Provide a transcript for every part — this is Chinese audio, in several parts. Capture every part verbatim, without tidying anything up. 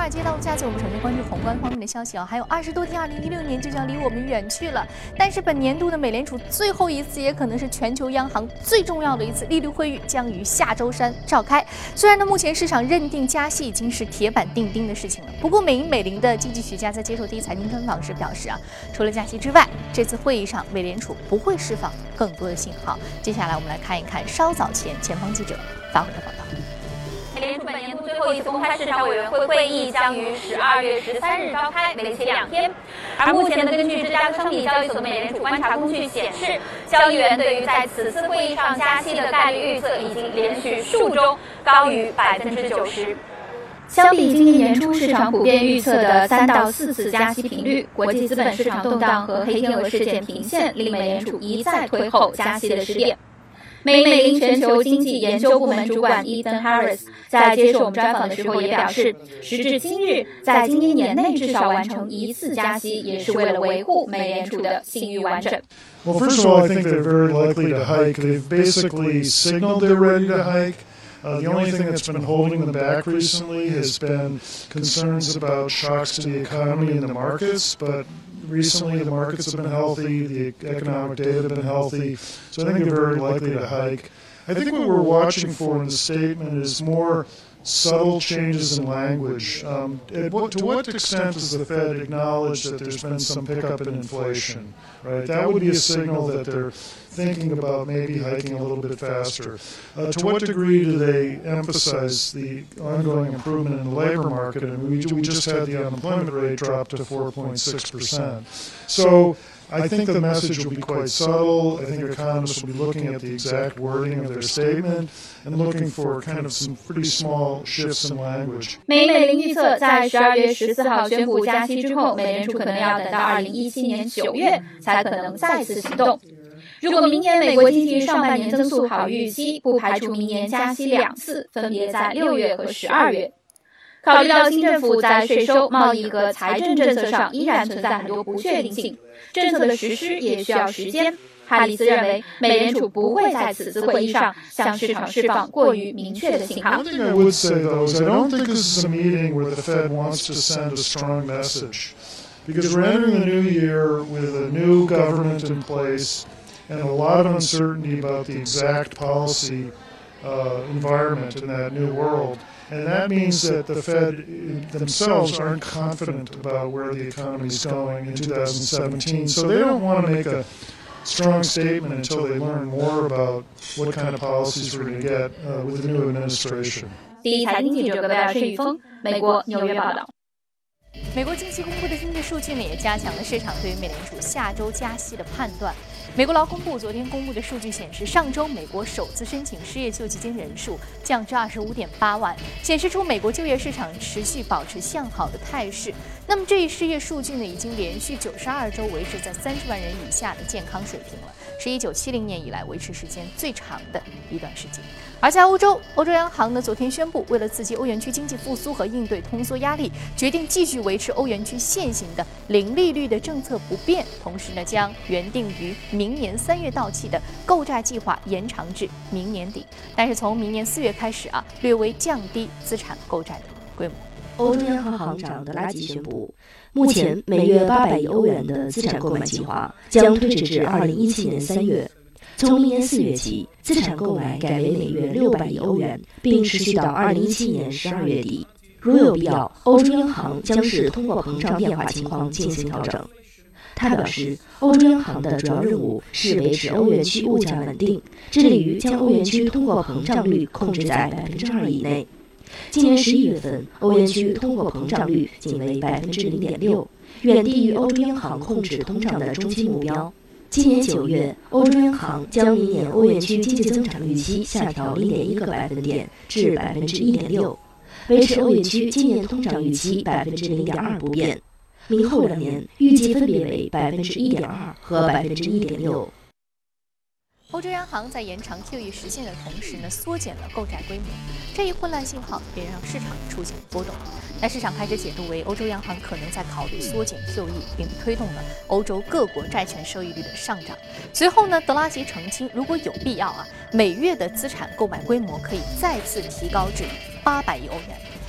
尔街道路，下次我们首先关注宏观方面的消息啊，还有二十多天，二零一六年就将离我们远去了。但是本年度的美联储最后一次，也可能是全球央行最重要的一次利率会议，将于下周三召开。虽然呢，目前市场认定加息已经是铁板钉钉的事情了，不过美银美林的经济学家在接受第一财经专访时表示啊，除了加息之外，这次会议上美联储不会释放更多的信号。接下来我们来看一看稍早前前方记者发回的报道。 美联储本年度最后一次公开市场委员会会议将于十二月十三日召开，为期两天。而目前呢，根据芝加哥商品交易所的美联储观察工具显示，交易员对于在此次会议上加息的概率预测已经连续数周高于百分之九十。相比今年年初市场普遍预测的三到四次加息频率，国际资本市场动荡和黑天鹅事件频现，令美联储一再推后加息的时点。美美林全球经济研究部门主管 Ethan Harris 在接受我们专访的时候也表示，时至今日，在今年年内至少完成一次加息，也是为了维护美联储的信誉完整。 Well, first of all, I think they're very likely to hike. They've basically signaled they're ready to hike. Uh, the only thing that's been holding them back recently has been concerns about shocks to the economy and the markets, but recently the markets have been healthy, the economic data have been healthy, so I think they're very likely to hike. I think what we're watching for in the statement is more subtle changes in language. Um, at what, to what extent does the Fed acknowledge that there's been some pickup in inflation? Right, that would be a signal that they're thinking about maybe hiking a little bit faster. Uh, to what degree do they emphasize the ongoing improvement in the labor market? And we, we just had the unemployment rate drop to four point six percent. So I think the message will be quite subtle. I think economists will be looking at the exact wording of their statement and looking for kind of some pretty small shifts in language. 美美林预测，在十二月十四号宣布加息之后，美联储可能要等到二零一七年九月才可能再次行动。如果明年美国经济上半年增速好预期，不排除明年加息两次，分别在六月和十二月。考虑到新政府在税收、贸易和财政政策上依然存在很多不确定性，政策的实施也需要时间。哈里斯认为，美联储不会在此次会议上向市场释放过于明确的信号。 One thing I would say, though, is I don't think this is a meeting where the Fed wants to send a strong message, because we're entering the new year with a new government in place and a lot of uncertainty about the exact policy uh, environment in that new world. And that means that the Fed themselves aren't confident about where the economy is going in two thousand seventeen. So they don't want to make a strong statement until they learn more about what kind of policies we're going to get uh, with the new administration. 第一财经记者葛贝尔、陈宇峰，美国纽约报道。 美国近期公布的经济数据呢，也加强了市场对于美联储下周加息的判断。美国劳工部昨天公布的数据显示，上周美国首次申请失业救济金人数降至二十五点八万，显示出美国就业市场持续保持向好的态势。那么这一失业数据呢，已经连续九十二周维持在三十万人以下的健康水平了，是一九七零年以来维持时间最长的一段时间。而在欧洲，欧洲央行呢昨天宣布，为了刺激欧元区经济复苏和应对通缩压力，决定继续维持欧元区现行的零利率的政策不变，同时呢将原定于明年三月到期的购债计划延长至明年底，但是从明年四月开始啊，略微降低资产购债的规模。 欧洲央行行长德拉吉宣布，目前每月八百亿欧元的资产购买计划将推迟至二零一七年三月。从明年四月起，资产购买改为每月六百亿欧元，并持续到二零一七年十二月底。如有必要，欧洲央行将视通货膨胀变化情况进行调整。他表示，欧洲央行的主要任务是维持欧元区物价稳定，致力于将欧元区通货膨胀率控制在百分之二以内。今年十一月份，欧元区通货膨胀率仅为百分之零点六，远低于欧洲央行控制通胀的中期目标。今年九月，欧洲央行将明年欧元区经济增长预期下调零点一个百分点至百分之一点六，维持欧元区今年通胀预期百分之零点二不变。明后两年预计分别为百分之一点二和百分之一点六。 欧洲央行在延长 Q E 时限的同时呢，缩减了购债规模，这一混乱信号也让市场出现波动。那市场开始解读为欧洲央行可能在考虑缩减 Q E， 并推动了欧洲各国债券收益率的上涨。随后呢，德拉吉澄清，如果有必要啊，每月的资产购买规模可以再次提高至八百亿欧元。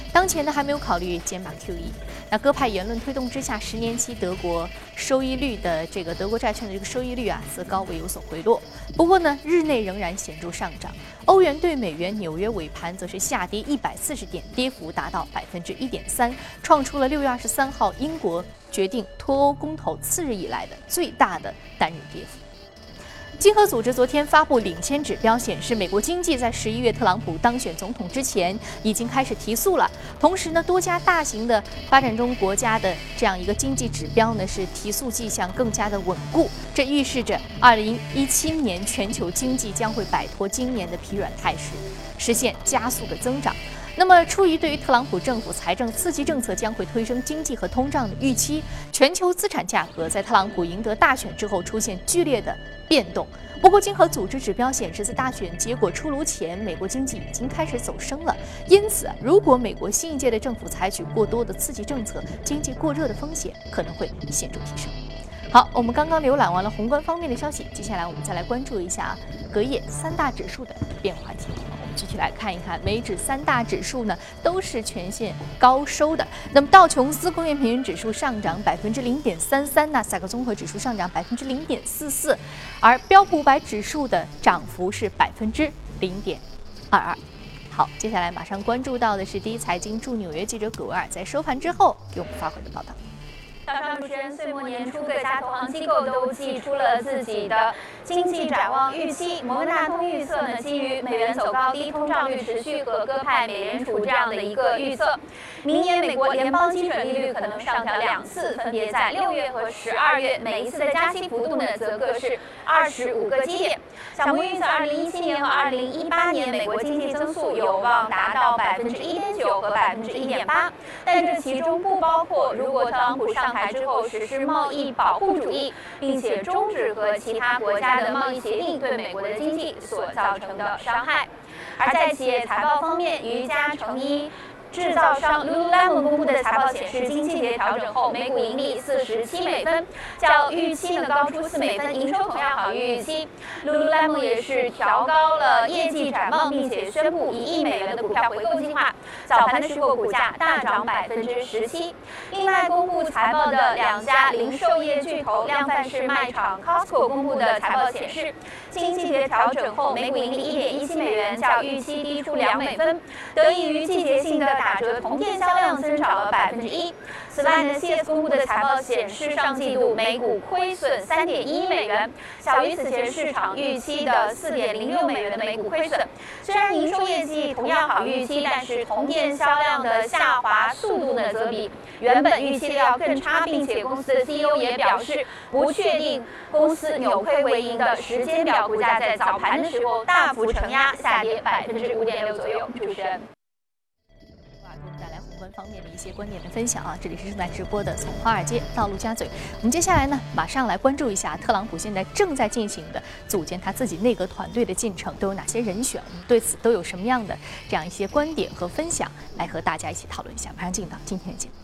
当前呢还没有考虑减码 Q E。那鸽派言论推动之下，十年期德国收益率的这个德国债券的这个收益率啊，则高位有所回落。不过呢，日内仍然显著上涨。欧元对美元纽约尾盘则是下跌一百四十点，跌幅达到百分之一点三，创出了六月二十三号英国决定脱欧公投次日以来的最大的单日跌幅。经合组织昨天发布领先指标显示，美国经济在十一月特朗普当选总统之前已经开始提速了。同时呢，多家大型的发展中国家的这样一个经济指标呢，是提速迹象更加的稳固。这预示着二零一七年全球经济将会摆脱今年的疲软态势，实现加速的增长。那么，出于对于特朗普政府财政刺激政策将会推升经济和通胀的预期，全球资产价格在特朗普赢得大选之后出现剧烈的变动。不过，经合组织指标显示，在大选结果出炉前，美国经济已经开始走升了。因此，如果美国新一届的政府采取过多的刺激政策，经济过热的风险可能会显著提升。好，我们刚刚浏览完了宏观方面的消息，接下来我们再来关注一下隔夜三大指数的变化情况。我们具体来看一看，美指三大指数呢都是全线高收的。那么道琼斯工业平均指数上涨百分之零点三三，纳斯达克综合指数上涨百分之零点四四，而标普五百指数的涨幅是百分之零点二二。好，接下来马上关注到的是第一财经驻纽约记者葛维尔在收盘之后给我们发回的报道。 早上主持人，岁末年初，各家投行机构都寄出了自己的经济展望预期。摩根大通预测呢，基于美元走高、低通胀率持续和鸽派美联储这样的一个预测，明年美国联邦基准利率可能上调两次，分别在六月和十二月，每一次的加息幅度呢，则各是二十五个基点。小摩预测，二零一七年和二零一八年美国经济增速有望达到百分之一点九和百分之一点八，但这其中不包括如果特朗普上台之后实施贸易保护主义，并且终止和其他国家的贸易协定对美国的经济所造成的伤害。而在企业财报方面，瑜伽成衣制造商 Lululemon 公布的财报显示，经季节调整后每股盈利四十七美分，较预期呢高出四美分，营收同样好于预期。Lululemon 也是调高了业绩展望，并且宣布一亿美元的股票回购计划。早盘的时候，股价大涨百分之十七。另外，公布财报的两家零售业巨头量贩式卖场 Costco 公布的财报显示，经季节调整后每股盈利一点一七美元，较预期低出两美分，得益于季节性的打折同店销量增长了百分之一。此外呢 ，C S 公布的财报显示，上季度每股亏损三点一美元，小于此前市场预期的四点零六美元的每股亏损。虽然营收业绩同样好于预期，但是同店销量的下滑速度呢，则比原本预期的要更差，并且公司的 C E O 也表示不确定公司扭亏为盈的时间表。股价在早盘的时候大幅承压，下跌百分之五点六左右。主持人。 给我们带来宏观方面的一些观点的分享啊！这里是正在直播的，从华尔街到陆家嘴。我们接下来呢，马上来关注一下特朗普现在正在进行的组建他自己内阁团队的进程都有哪些人选，我们对此都有什么样的这样一些观点和分享，来和大家一起讨论一下。马上进到今天的节目。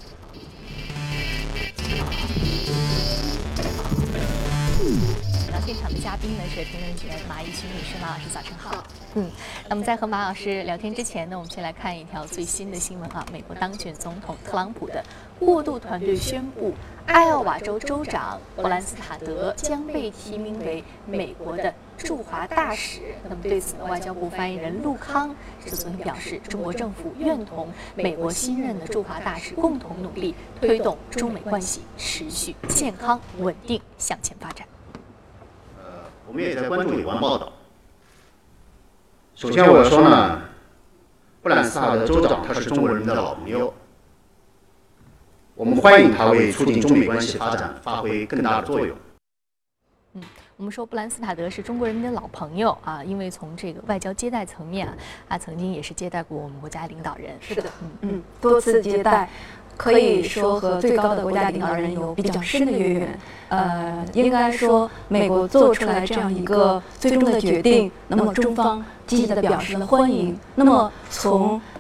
现场的嘉宾呢是评论员马一群女士，马老师早晨好。嗯，那么在和马老师聊天之前呢，我们先来看一条最新的新闻啊，美国当选总统特朗普的过渡团队宣布，艾奥瓦州州长伯兰斯塔德将被提名为美国的驻华大使。那么对此呢，外交部发言人陆康是昨天表示，中国政府愿同美国新任的驻华大使共同努力，推动中美关系持续健康稳定向前发展。 我们也在关注有关报道。首先我要说呢，布兰斯塔德州长他是中国人民的老朋友，我们欢迎他为促进中美关系发展发挥更大的作用。 嗯，我们说布兰斯塔德是中国人民的老朋友啊，因为从这个外交接待层面啊，他曾经也是接待过我们国家领导人。 是的，嗯嗯，多次接待。可以说和最高的国家领导人有比较深的渊源，呃，应该说美国做出来这样一个最终的决定，那么中方积极的表示了欢迎。那么从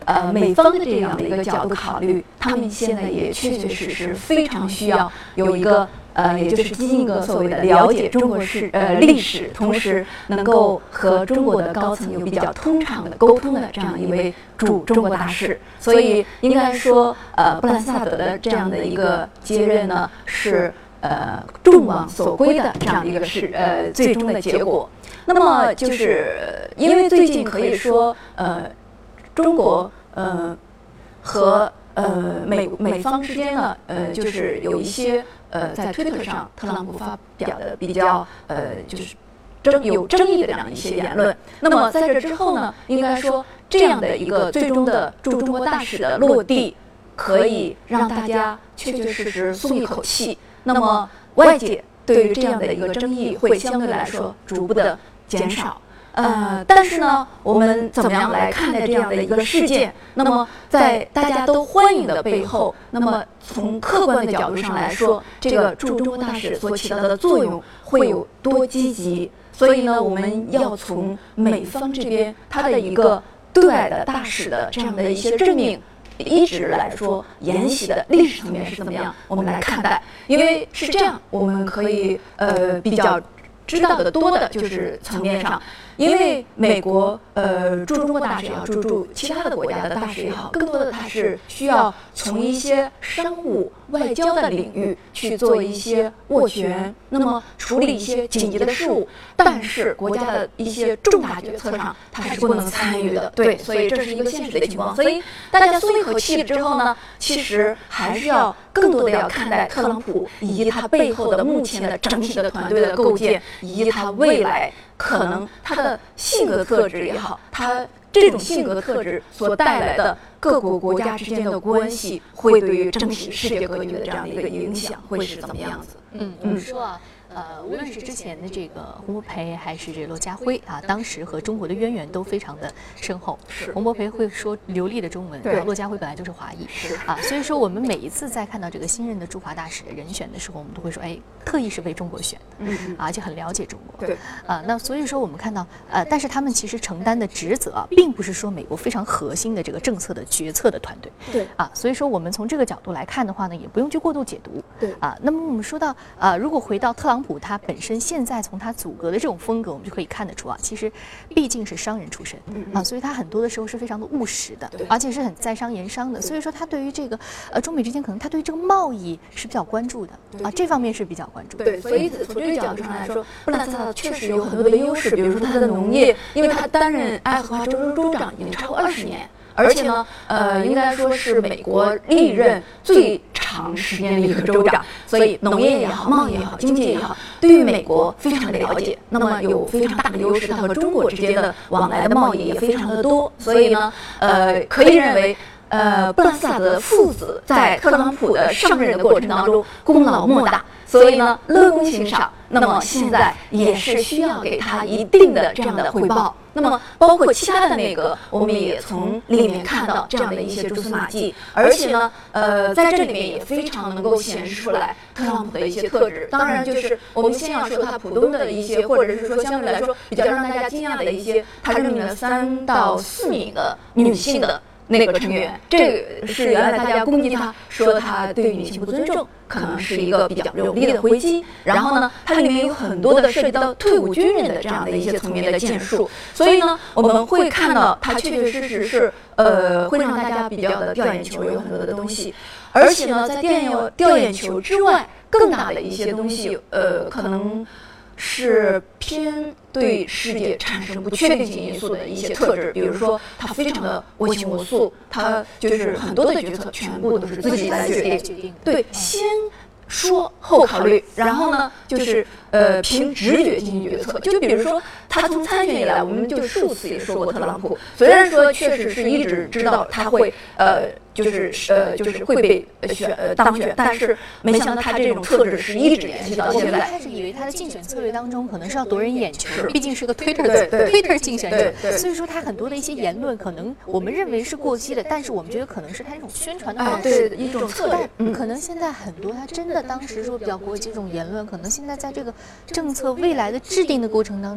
呃美方的这样的一个角度考虑，他们现在也确确实实非常需要有一个呃，也就是进行一个所谓的了解中国史呃历史，同时能够和中国的高层有比较通畅的沟通的这样一位驻中国大使。所以应该说，呃，布兰萨德的这样的一个接任呢，是呃众望所归的这样的一个是呃最终的结果。那么就是因为最近可以说，呃，中国呃和呃美美方之间呢，呃，就是有一些呃在推特上特朗普发表的比较呃就是争有争议的这样一些言论。那么在这之后呢，应该说这样的一个最终的驻中国大使的落地，可以让大家确确实实松一口气。那么外界对于这样的一个争议会相对来说逐步的减少。呃，但是呢，我们怎么样来看待这样的一个事件？那么，在大家都欢迎的背后，那么从客观的角度上来说，这个驻中国大使所起到的作用会有多积极？所以呢，我们要从美方这边他的一个对外的大使的这样的一些任命，一直来说沿袭的历史层面是怎么样，我们来看待？因为是这样，我们可以呃比较知道的多的就是层面上。因为美国呃驻中国大使也好，驻驻其他的国家的大使也好，更多的它是需要从一些商务外交的领域去做一些斡旋，那么处理一些紧急的事务，但是国家的一些重大决策上它是不能参与的。对，所以这是一个现实的情况。所以大家松一口气之后呢，其实还是要更多的要看待特朗普以及他背后的目前的整体的团队的构建，以及他未来可能他的性格特质也好，他这种性格特质所带来的各国国家之间的关系，会对于整体世界格局的这样的一个影响会是怎么样子？ 嗯，我们说啊。呃，无论是之前的这个洪博培，还是这个骆家辉啊，当时和中国的渊源都非常的深厚。 是洪博培会说流利的中文，然后骆家辉本来就是华裔， 是啊，所以说我们每一次在看到这个新任的驻华大使的人选的时候，我们都会说，哎，特意是为中国选的， 嗯， 而且很了解中国。 对， 啊，那所以说我们看到，呃，但是他们其实承担的职责啊，并不是说美国非常核心的这个政策的决策的团队。 对， 啊，所以说我们从这个角度来看的话呢，也不用去过度解读。 对， 啊，那么我们说到，啊，如果回到特朗普他本身。现在从他阻隔的这种风格，我们就可以看得出啊，其实毕竟是商人出身啊，所以他很多的时候是非常的务实的，而且是很在商言商的。所以说他对于这个呃中美之间，可能他对于这个贸易是比较关注的啊，这方面是比较关注的。 对，所以从这个角度上来说，布兰萨确实有很多的优势，比如说他的农业，因为他担任爱荷华州州州长已经超过二十年。而且呢，呃，应该说是美国历任最长时间的一个州长，所以农业也好，贸易也好，经济也好，对于美国非常的了解。那么有非常大的优势，他和中国之间的往来的贸易也非常的多。所以呢，呃，可以认为，呃，布兰萨德父子在特朗普的上任的过程当中功劳莫大。所以呢，乐功行赏。那么现在也是需要给他一定的这样的回报。那么包括其他的那个，我们也从里面看到这样的一些蛛丝马迹。而且呢，呃，在这里面也非常能够显示出来特朗普的一些特质。当然，就是我们先要说他普通的一些，或者是说相对来说比较让大家惊讶的一些，他任命了三到四名的女性的那个成员，这个是原来大家攻击他，说他对女性不尊重，可能是一个比较有力的回击。然后呢，它里面有很多的涉及到退伍军人的这样的一些层面的建树，所以呢，我们会看到它确确实实是呃会让大家比较的掉眼球，有很多的东西。而且呢，在掉眼掉眼球之外，更大的一些东西，呃，可能是偏对世界产生不确定性因素的一些特质，比如说他非常的我行我素，他就是很多的决策全部都是自己来决定，对，先说后考虑，然后呢就是呃凭直觉进行决策。就比如说他从参选以来，我们就数次也说过特朗普，虽然说确实是一直知道他会呃就是呃就是会被选呃当选，但是没想到他这种特质是一直延续到现在。 我们一开始以为他的竞选策略当中可能是要夺人眼球，毕竟是个 Twitter Twitter 竞选者，所以说他很多的一些言论可能我们认为是过激的，但是我们觉得可能是他一种宣传的方式， 一种策略。 但可能现在很多他真的当时说比较过激这种言论，可能现在在这个政策未来的制定的过程当中，大家很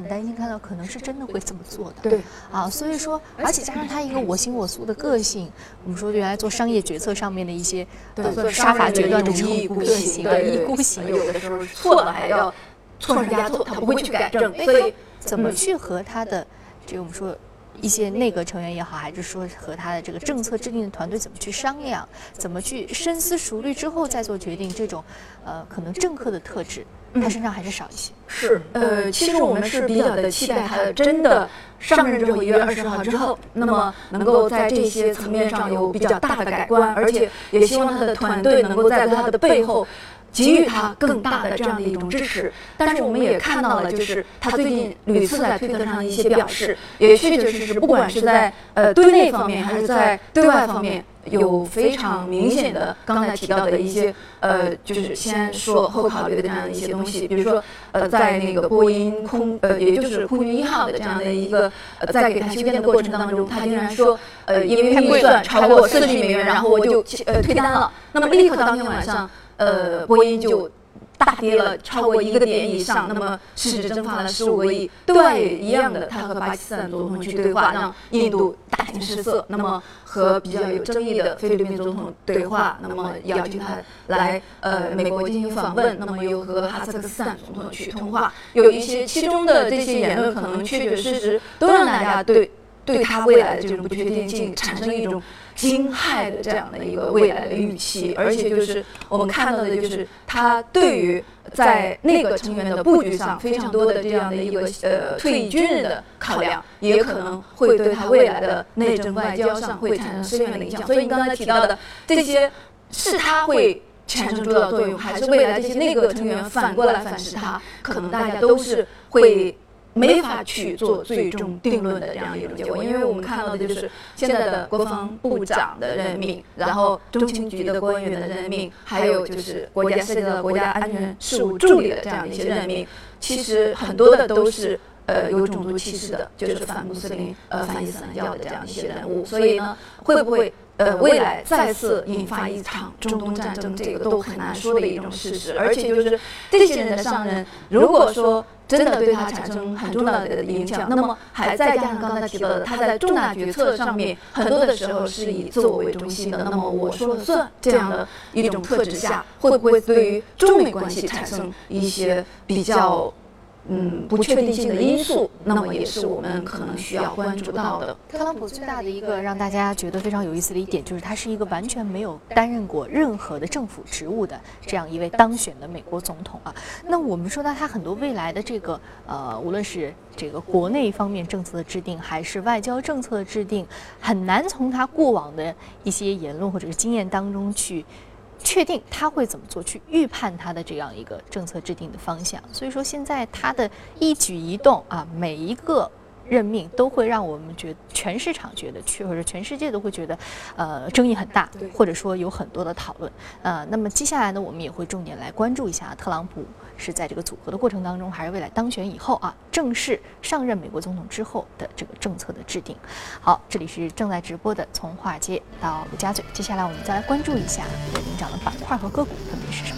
很担心看到可能是真的会这么做的。 对啊，所以说，而且加上他一个我行我素的个性，我们说原来做商业决策上面的一些呃杀伐决断的这种一意孤行， 对一意孤行， 有的时候错了还要错上加错，他不会去改正，所以怎么去和他的这个我们说一些内阁成员也好，还是说和他的这个政策制定的团队怎么去商量，怎么去深思熟虑之后再做决定，这种呃可能政客的特质，他身上还是少一些。 是，呃，其实我们是比较的期待他真的上任之后，一月二十号之后，那么能够在这些层面上有比较大的改观，而且也希望他的团队能够在他的背后给予他更大的这样的一种支持。但是我们也看到了，就是他最近屡次在推特上的一些表示，也确确实实，不管是在呃对内方面还是在对外方面，有非常明显的刚才提到的一些呃，就是先说后考虑的这样的一些东西，比如说呃，在那个波音空呃，也就是空运一号的这样的一个呃，在给他修建的过程当中，他竟然说呃，因为预算超过四十亿美元，然后我就呃退单了。那么立刻当天晚上，呃，波音就大跌了超过一个点以上，那么市值蒸发了十五个亿。对外也一样的，他和巴基斯坦总统去对话，让印度大惊失色。那么和比较有争议的菲律宾总统对话，那么邀请他来呃美国进行访问，那么又和哈萨克斯坦总统去通话，有一些其中的这些言论可能确确实实都让大家对对他未来的这种不确定性产生一种惊骇的这样的一个未来的预期，而且就是我们看到的就是他对于在内阁成员的布局上非常多的这样的一个呃退役军人的考量，也可能会对他未来的内政外交上会产生深远的影响。所以你刚才提到的这些，是他会产生主导作用，还是未来这些内阁成员反过来反噬他？可能大家都是会没法去做最终定论的这样一种结果，因为我们看到的就是现在的国防部长的任命，然后中情局的官员的任命，还有就是国家涉及到国家安全事务助理的这样一些任命，其实很多的都是呃有种族歧视的，就是反穆斯林、呃反伊斯兰教的这样一些人物，所以呢，会不会呃未来再次引发一场中东战争，这个都很难说的一种事实。而且就是这些人的上任，如果说真的对他产生很重大的影响，那么还再加上刚才提到的，他在重大决策上面很多的时候是以自我为中心的，那么我说了算这样的一种特质下，会不会对于中美关系产生一些比较嗯不确定性的因素，那么也是我们可能需要关注到的。 特朗普最大的一个让大家觉得非常有意思的一点，就是他是一个完全没有担任过任何的政府职务的这样一位当选的美国总统啊。那我们说到他很多未来的这个呃，无论是这个国内方面政策的制定，还是外交政策的制定，很难从他过往的一些言论或者是经验当中去确定他会怎么做，去预判他的这样一个政策制定的方向。所以说现在他的一举一动啊，每一个任命都会让我们觉得全市场觉得去，或者全世界都会觉得呃争议很大，或者说有很多的讨论。呃，那么接下来呢，我们也会重点来关注一下特朗普是在这个组合的过程当中，还是未来当选以后啊，正式上任美国总统之后的这个政策的制定。好，这里是正在直播的从华尔街到陆家嘴，接下来我们再来关注一下领涨的板块和个股分别是什么。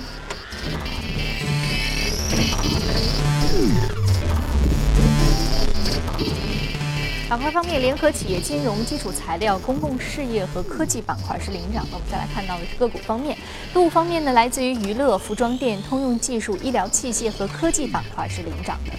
板块方面，联合企业、金融、基础材料、公共事业和科技板块是领涨的。我们再来看到的是个股方面，个股方面呢，来自于娱乐、服装店、通用技术、医疗器械和科技板块是领涨的。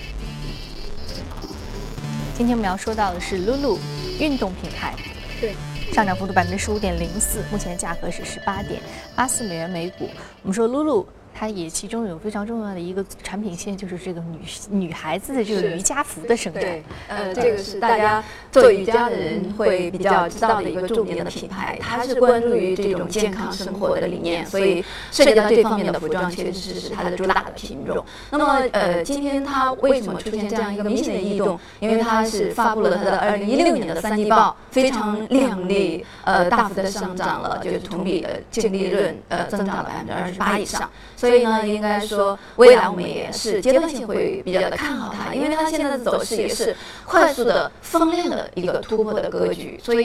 今天我们要说到的是 Lulu 运动品牌， 对， 上涨幅度百分之十五点零四，目前的价格是十八点八四美元每股。我们说 Lulu。它也其中有非常重要的一个产品线，就是这个女女孩子的这个瑜伽服的生产。 对，呃，这个是大家做瑜伽的人会比较知道的一个重点的品牌。它是关注于这种健康生活的理念，所以涉及到这方面的服装，确实是它的主打的品种。那么，呃，今天它为什么出现这样一个明显的异动？因为它是发布了它的二零一六年的三季报，非常亮丽，呃，大幅的上涨了，就是同比的净利润呃增长了百分之二十八以上。所以呢，应该说未来我们也是阶段性会比较的看好它，因为它现在的走势也是快速的放量的一个突破的格局。所以呢，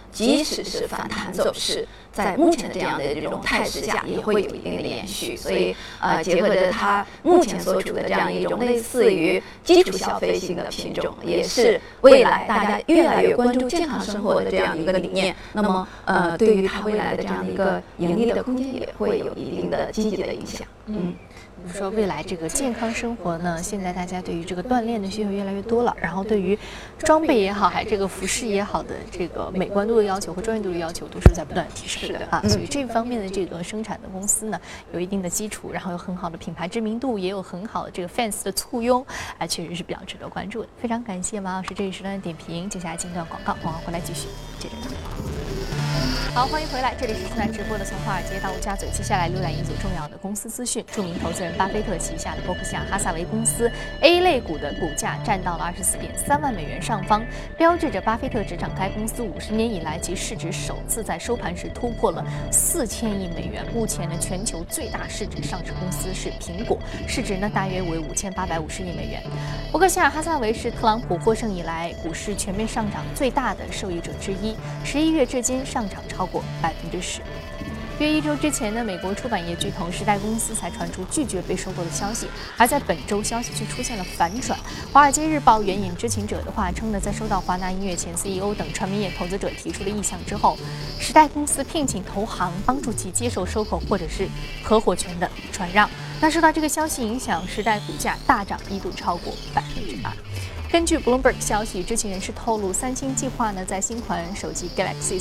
即使是反弹走势，在目前的这样的这种态势下，也会有一定的延续。所以，呃，结合着它目前所处的这样一种类似于基础消费性的品种，也是未来大家越来越关注健康生活的这样一个理念。那么，呃，对于它未来的这样的一个盈利的空间，也会有一定的积极的影响。嗯。 比如说未来这个健康生活呢，现在大家对于这个锻炼的需求越来越多了，然后对于装备也好，还这个服饰也好的这个美观度的要求和专业度的要求都是在不断提升的啊，所以这方面的这个生产的公司呢，有一定的基础，然后有很好的品牌知名度，也有很好的这个 fans 的簇拥，啊，确实是比较值得关注的。非常感谢马老师这一时段的点评，接下来进段广告，广告回来继续接着聊。好，欢迎回来，这里是正在直播的从华尔街到陆家嘴。接下来浏览一组重要的公司资讯。著名投资人巴菲特旗下的伯克夏哈撒韦公司 A 类股的股价站到了二十四点三万美元上方，标志着巴菲特执掌该公司五十年以来其市值首次在收盘时突破了四千亿美元。目前呢，全球最大市值上市公司是苹果，市值呢大约为五千八百五十亿美元。伯克夏哈撒韦是特朗普获胜以来股市全面上涨最大的受益者之一，十一月至今上涨超过百分之十。约一周之前呢，美国出版业巨头时代公司才传出拒绝被收购的消息，而在本周消息却出现了反转。华尔街日报援引知情者的话称呢，在收到华纳音乐前 C E O 等传媒业投资者提出的意向之后，时代公司聘请投行帮助其接受收购或者是合伙权的转让。那受到这个消息影响，时代股价大涨，一度超过百分之二。根据 Bloomberg 消息，知情人士透露，三星计划呢在新款手机 Galaxy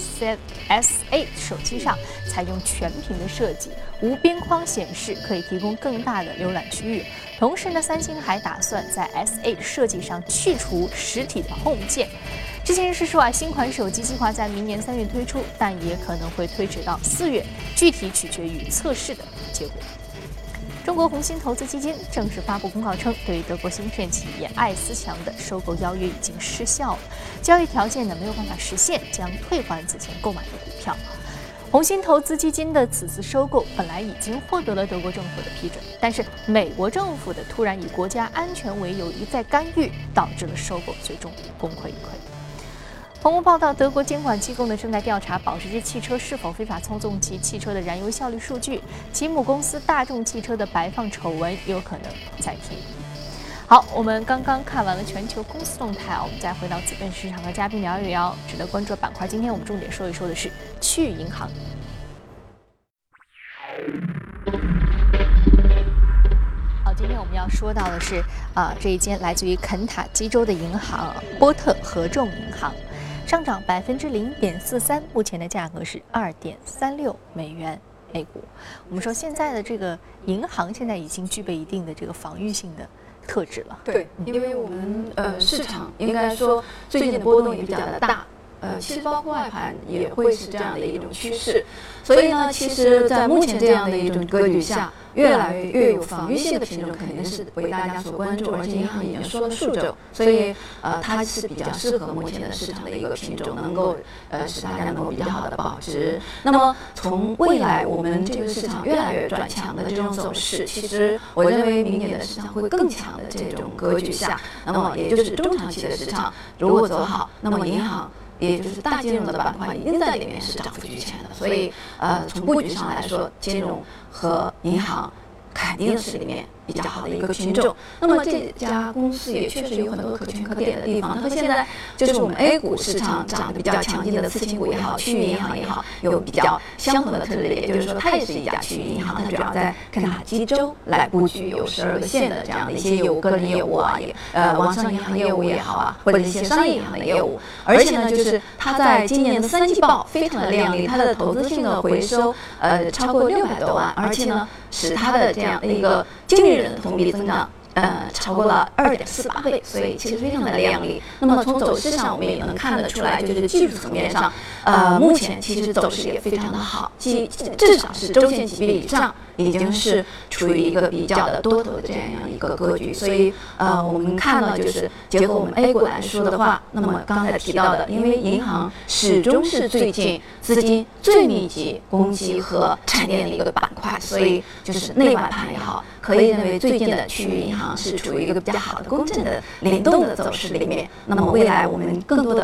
S 八 手机上采用全屏的设计，无边框显示，可以提供更大的浏览区域。同时呢，三星还打算在 S 八 设计上去除实体的 Home 键。知情人士说啊，新款手机计划在明年三月推出，但也可能会推迟到四月，具体取决于测试的结果。中国红星投资基金正式发布公告称，对于德国芯片企业爱思强的收购邀约已经失效了，交易条件呢没有办法实现，将退还此前购买的股票。红星投资基金的此次收购本来已经获得了德国政府的批准，但是美国政府的突然以国家安全为由一再干预，导致了收购最终功亏一篑。彭博报道，德国监管机构呢正在调查保时捷汽车是否非法操纵其汽车的燃油效率数据，其母公司大众汽车的排放丑闻有可能再添。好，我们刚刚看完了全球公司动态，我们再回到资本市场和嘉宾聊一聊值得关注的板块。今天我们重点说一说的是区域银行。好，今天我们要说到的是啊、呃，这一间来自于肯塔基州的银行波特合众银行。上涨百分之零点四三，目前的价格是二点三六美元每股。我们说现在的这个银行现在已经具备一定的这个防御性的特质了。 对，因为我们呃市场应该说最近的波动也比较的大。呃，其实包括外盘也会是这样的一种趋势，所以呢，其实，在目前这样的一种格局下，越来越有防御性的品种肯定是为大家所关注，而且银行已经说了数周，所以呃，它是比较适合目前的市场的一个品种，能够呃使大家能够比较好的保值。那么从未来我们这个市场越来越转强的这种走势，其实我认为明年的市场会更强的这种格局下，那么也就是中长期的市场如果走好，那么银行。也就是大金融的板块一定在里面是涨幅居前的，所以呃，从布局上来说，金融和银行肯定是里面比较好的一个品种。那么这家公司也确实有很多可圈可点的地方。它和现在就是我们 A 股市场涨得比较强劲的次新股也好，区域银行也好，有比较相同的特质。也就是说，它也是一家区域银行，它主要在肯塔基州来布局，有十二个县的这样的一些有个人业务啊，也呃网上银行业务也好啊，或者一些商业银行的业务。而且呢，就是它在今年的三季报非常的亮丽，它的投资性的回收呃超过六百多万，而且呢，使它的这样的一个净利润同比增长呃超过了二点四八倍，所以其实非常的亮丽。那么从走势上我们也能看得出来，就是技术层面上，呃目前其实走势也非常的好，即至少是周线级别以上，已经是处于一个比较的多头的这样一个格局。所以呃我们看了就是结合我们 A 股来说的话，那么刚才提到的，因为银行始终是最近资金最密集攻击和沉淀的一个板块，所以就是内外盘也好，可以认为最近的区域银行是处于一个比较好的公正的联动的走势里面。那么未来我们更多的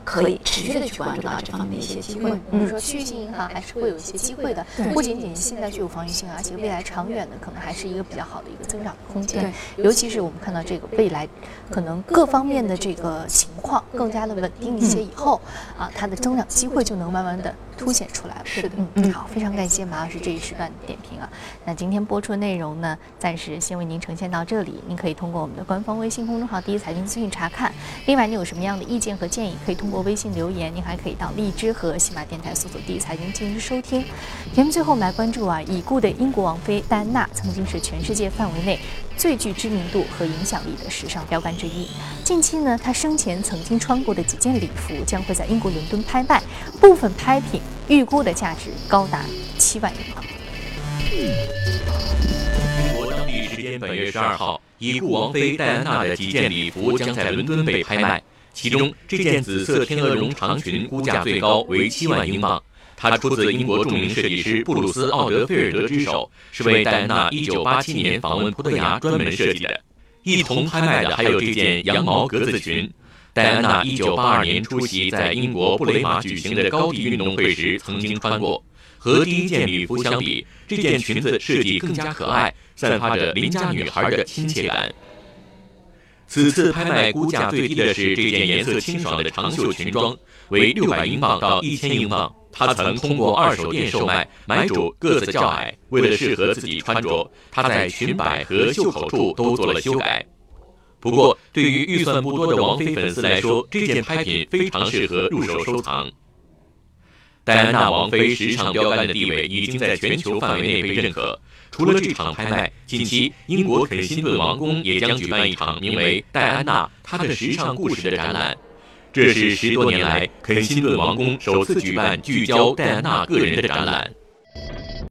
可以持续的去关注到这方面的一些机会。 比如说区域性银行还是会有一些机会的，不仅仅现在具有防御性，而且未来长远的可能还是一个比较好的一个增长的空间。尤其是我们看到这个未来可能各方面的这个情况更加的稳定一些以后，嗯、啊，它的增长机会就能慢慢的凸显出来了。 是的， 嗯嗯，好，非常感谢马老师这一时段的点评啊。那今天播出的内容呢，暂时先为您呈现到这里，您可以通过我们的官方微信公众号第一财经资讯查看。另外，您有什么样的意见和建议，可以通过微信留言，您还可以到荔枝和喜马电台搜索第一财经进行收听。节目最后我们来关注啊，已故的英国王妃戴安娜曾经是全世界范围内最具知名度和影响力的时尚标杆之一。近期呢，她生前曾经穿过的几件礼服将会在英国伦敦拍卖，部分拍品预估的价值高达七万英镑。 英国当地时间本月十二号，已故王妃戴安娜的几件礼服将在伦敦被拍卖，其中这件紫色天鹅绒长裙估价最高为七万英镑。它出自英国著名设计师布鲁斯·奥德菲尔德之手，是为戴安娜一九八七年访问葡萄牙专门设计的。一同拍卖的还有这件羊毛格子裙。戴安娜一九八二年出席在英国布雷马举行的高地运动会时曾经穿过。和第一件礼服相比，这件裙子设计更加可爱，散发着邻家女孩的亲切感。此次拍卖估价最低的是这件颜色清爽的长袖裙装，为六百英镑到一千英镑。他曾通过二手店售卖，买主个子较矮，为了适合自己穿着，他在裙摆和袖口处都做了修改。不过，对于预算不多的王妃粉丝来说，这件拍品非常适合入手收藏。戴安娜王妃时尚标杆的地位已经在全球范围内被认可。除了这场拍卖，近期英国肯辛顿王宫也将举办一场名为《戴安娜：她的时尚故事》的展览。这是十多年来肯辛顿王宫首次举办聚焦戴安娜个人的展览。